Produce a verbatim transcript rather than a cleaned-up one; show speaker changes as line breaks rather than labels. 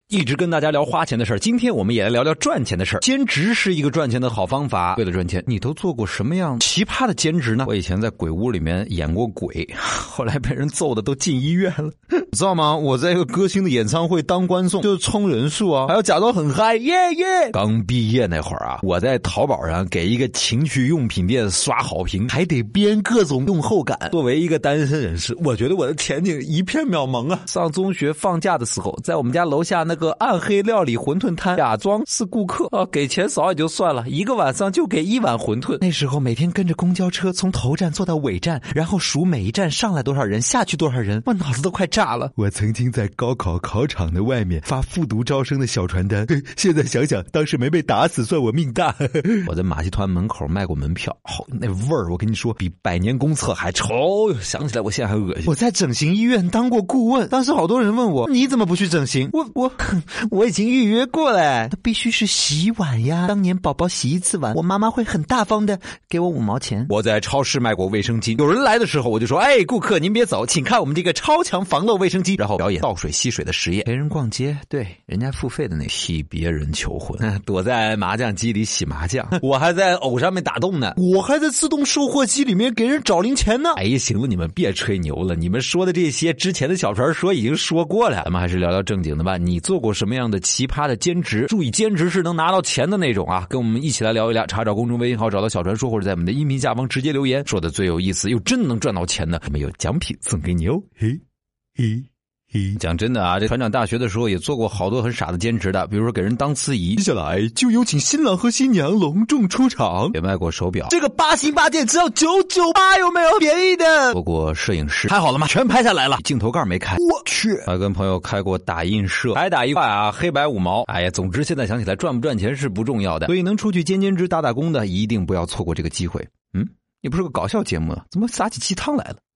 一直跟大家聊花钱的事儿，今天我们也来聊聊赚钱的事儿。兼职是一个赚钱的好方法。为了赚钱，你都做过什么样奇葩的兼职呢？我以前在鬼屋里面演过鬼，后来被人揍的都进医院了。知道吗？我在一个歌星的演唱会当观众，就是充人数啊，还要假装很嗨，耶耶！刚毕业那会儿啊，我在淘宝上给一个情趣用品店刷好评，还得编各种用后感。作为一个单身人士，我觉得我的前景一片渺茫啊。上中学放假的时候，在我们家楼下那个暗黑料理馄饨摊，假装是顾客啊，给钱少也就算了，一个晚上就给一碗馄饨。那时候每天跟着公交车从头站坐到尾站，然后数每一站上来多少人，下去多少人，我脑子都快炸了。我曾经在高考考场的外面发复读招生的小传单，现在想想当时没被打死算我命大。我在马戏团门口卖过门票，好、哦、那味儿我跟你说比百年公厕还臭，想起来我现在还恶心。我在整形医院当过顾问，当时好多人问我你怎么不去整形，我我我已经预约过了，那必须是洗碗呀，当年宝宝洗一次碗，我妈妈会很大方的给我五毛钱。我在超市卖过卫生巾，有人来的时候我就说，哎，顾客您别走，请看我们这个超强防漏卫生巾，然后表演倒水吸水的实验。陪人逛街，对，人家付费的那替别人求婚，躲在麻将机里洗麻将，我还在偶上面打洞呢，我还在自动售货机里面给人找零钱呢。哎呀，行了，你们别吹牛了，你们说的这些之前的小传说已经说过了，咱们还是聊聊正经的吧。你做过什么样的奇葩的兼职？注意，兼职是能拿到钱的那种啊！跟我们一起来聊一聊，查找公众微信号找到小传说，或者在我们的音频下方直接留言，说的最有意思又真能赚到钱的，我们有奖品送给你哦。嘿嘿讲真的啊，这船长大学的时候也做过好多很傻的兼职的，比如说给人当司仪。接下来就有请新郎和新娘隆重出场。也卖过手表，这个八星八件只要九百九十八，有没有便宜的？做过摄影师，拍好了吗？全拍下来了，镜头盖没开。我去，还跟朋友开过打印社，还打一块啊，黑白五毛。哎呀，总之现在想起来赚不赚钱是不重要的，所以能出去兼兼职打打工的，一定不要错过这个机会。嗯，你不是个搞笑节目，怎么撒起鸡汤来了？